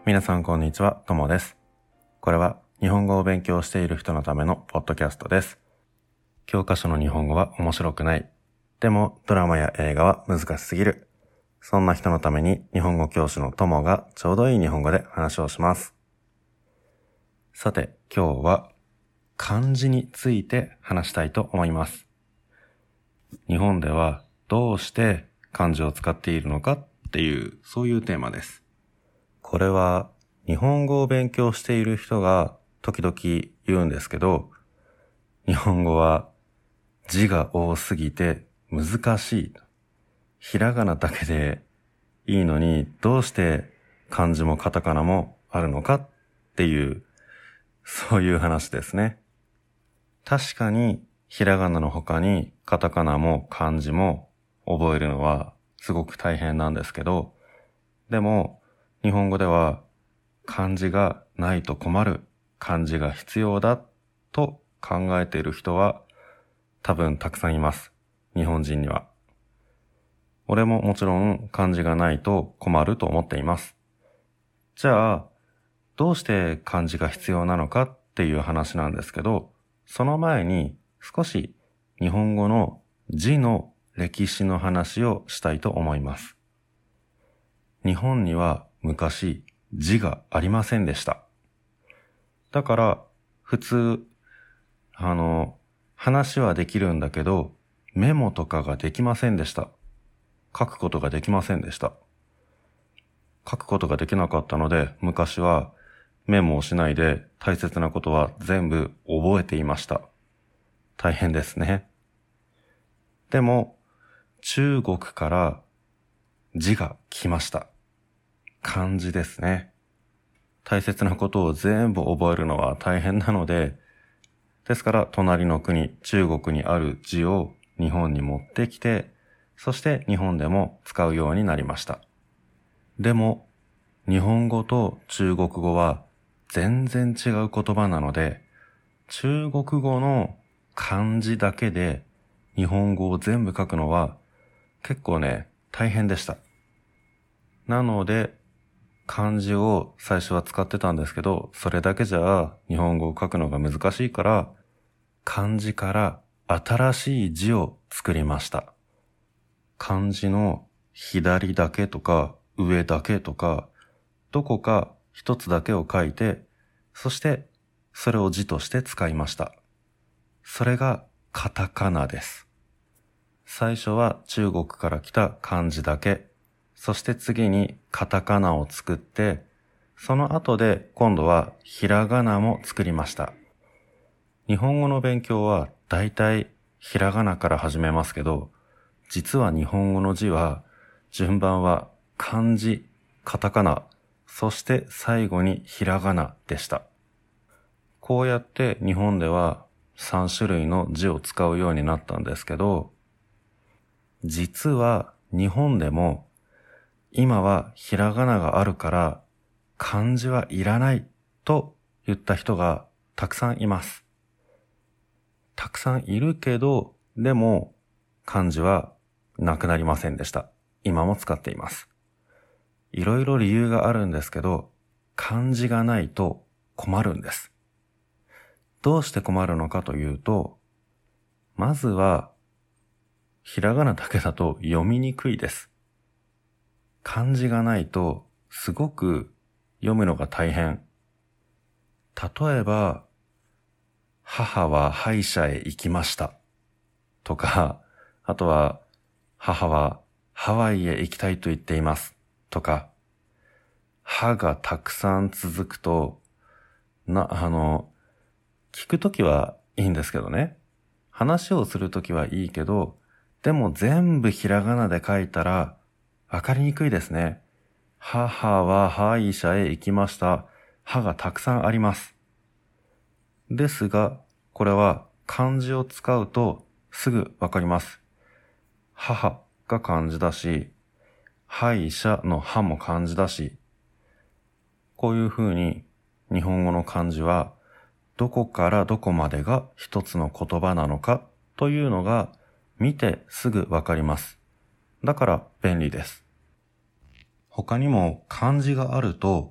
皆さんこんにちは、ともです。これは日本語を勉強している人のためのポッドキャストです。教科書の日本語は面白くない。でもドラマや映画は難しすぎる。そんな人のために日本語教師のともがちょうどいい日本語で話をします。さて、今日は漢字について話したいと思います。日本ではどうして漢字を使っているのかっていう、そういうテーマです。これは日本語を勉強している人が時々言うんですけど、日本語は字が多すぎて難しい。ひらがなだけでいいのにどうして漢字もカタカナもあるのかっていう、そういう話ですね。確かにひらがなの他にカタカナも漢字も覚えるのはすごく大変なんですけど、でも日本語では漢字がないと困る、漢字が必要だと考えている人は多分たくさんいます。日本人には。俺ももちろん漢字がないと困ると思っています。じゃあ、どうして漢字が必要なのかっていう話なんですけど、その前に少し日本語の字の歴史の話をしたいと思います。日本には昔字がありませんでした。だから普通、話はできるんだけど、メモとかができませんでした。書くことができませんでした。書くことができなかったので、昔はメモをしないで大切なことは全部覚えていました。大変ですね。でも、中国から字が来ました。漢字ですね。大切なことを全部覚えるのは大変なので、ですから隣の国、中国にある字を日本に持ってきて、そして日本でも使うようになりました。でも、日本語と中国語は全然違う言葉なので、中国語の漢字だけで日本語を全部書くのは結構ね、大変でした。なので、漢字を最初は使ってたんですけど、それだけじゃ日本語を書くのが難しいから、漢字から新しい字を作りました。漢字の左だけとか上だけとか、どこか一つだけを書いて、そしてそれを字として使いました。それがカタカナです。最初は中国から来た漢字だけ、そして次にカタカナを作って、その後で今度はひらがなも作りました。日本語の勉強はだいたいひらがなから始めますけど、実は日本語の字は順番は漢字、カタカナ、そして最後にひらがなでした。こうやって日本では3種類の字を使うようになったんですけど、実は日本でも今はひらがながあるから漢字はいらないと言った人がたくさんいます。たくさんいるけど、でも漢字はなくなりませんでした。今も使っています。いろいろ理由があるんですけど、漢字がないと困るんです。どうして困るのかというと、まずはひらがなだけだと読みにくいです。漢字がないとすごく読むのが大変。例えば、母は歯医者へ行きましたとか、あとは母はハワイへ行きたいと言っていますとか、歯がたくさん続くと、聞くときはいいんですけどね。話をするときはいいけど、でも全部ひらがなで書いたらわかりにくいですね。母は歯医者へ行きました。歯がたくさんあります。ですが、これは漢字を使うとすぐわかります。母が漢字だし、歯医者の歯も漢字だし、こういう風に日本語の漢字はどこからどこまでが一つの言葉なのかというのが見てすぐわかります。だから便利です。他にも漢字があると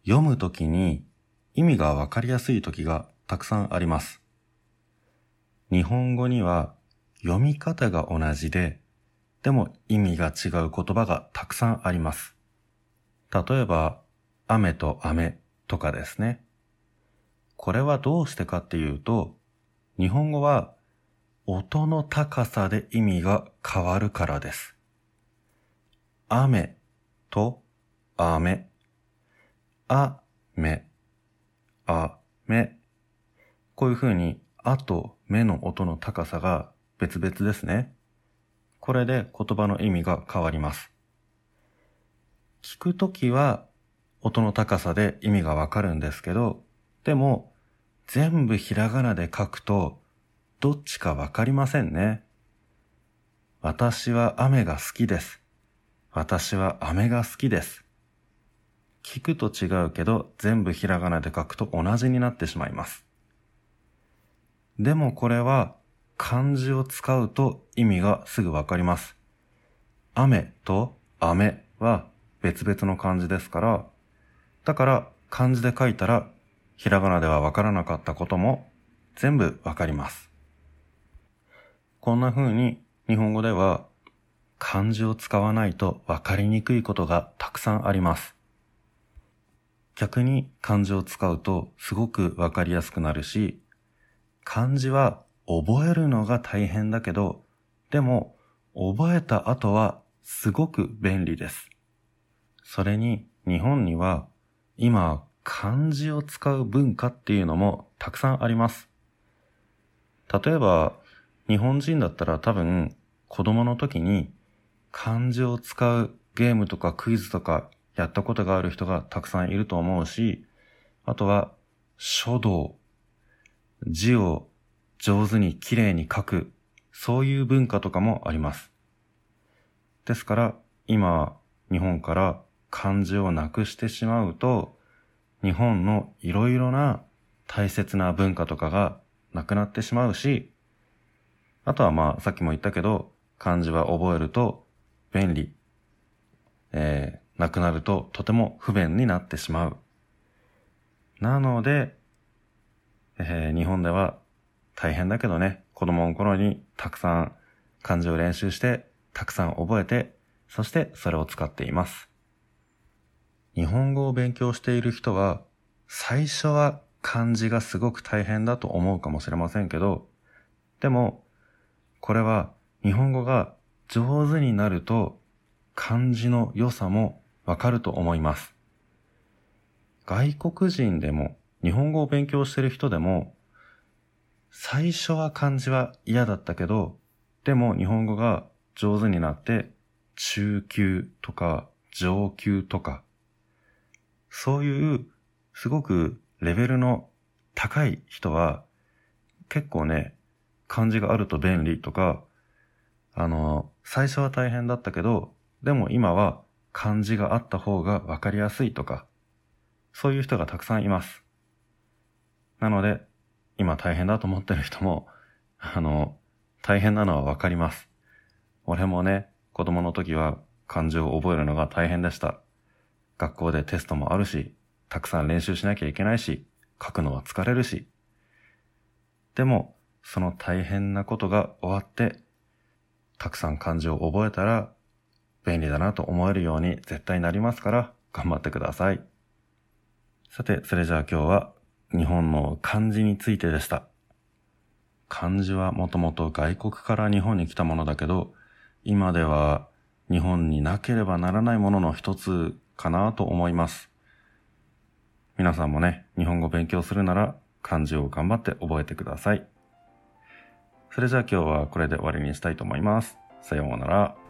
読むときに意味がわかりやすいときがたくさんあります。日本語には読み方が同じで、でも意味が違う言葉がたくさんあります。例えば、雨と飴とかですね。これはどうしてかっていうと、日本語は音の高さで意味が変わるからです。雨と飴、あめ、あめ。こういう風に、あとめの音の高さが別々ですね。これで言葉の意味が変わります。聞くときは音の高さで意味がわかるんですけど、でも全部ひらがなで書くとどっちかわかりませんね。私は雨が好きです。私は飴が好きです。聞くと違うけど全部ひらがなで書くと同じになってしまいます。でもこれは漢字を使うと意味がすぐわかります。雨と飴は別々の漢字ですから、だから漢字で書いたらひらがなではわからなかったことも全部わかります。こんな風に日本語では漢字を使わないとわかりにくいことがたくさんあります。逆に漢字を使うとすごくわかりやすくなるし、漢字は覚えるのが大変だけど、でも覚えた後はすごく便利です。それに日本には今漢字を使う文化っていうのもたくさんあります。例えば日本人だったら多分子供の時に漢字を使うゲームとかクイズとかやったことがある人がたくさんいると思うし、あとは書道、字を上手にきれいに書く、そういう文化とかもあります。ですから今日本から漢字をなくしてしまうと、日本のいろいろな大切な文化とかがなくなってしまうし、あとはさっきも言ったけど、漢字は覚えると便利、なくなるととても不便になってしまう。なので、日本では大変だけどね、子供の頃にたくさん漢字を練習して、たくさん覚えて、そしてそれを使っています。日本語を勉強している人は、最初は漢字がすごく大変だと思うかもしれませんけど、でも、これは日本語が上手になると漢字の良さもわかると思います。外国人でも日本語を勉強している人でも、最初は漢字は嫌だったけど、でも日本語が上手になって中級とか上級とか、そういうすごくレベルの高い人は結構ね、漢字があると便利とか、最初は大変だったけど、でも今は漢字があった方がわかりやすいとか、そういう人がたくさんいます。なので、今大変だと思ってる人も、大変なのはわかります。俺もね、子供の時は漢字を覚えるのが大変でした。学校でテストもあるし、たくさん練習しなきゃいけないし、書くのは疲れるし。でも、その大変なことが終わって、たくさん漢字を覚えたら、便利だなと思えるように絶対なりますから、頑張ってください。さて、それじゃあ今日は、日本の漢字についてでした。漢字はもともと外国から日本に来たものだけど、今では日本になければならないものの一つかなと思います。皆さんもね、日本語を勉強するなら漢字を頑張って覚えてください。それじゃあ今日はこれで終わりにしたいと思います。さようなら。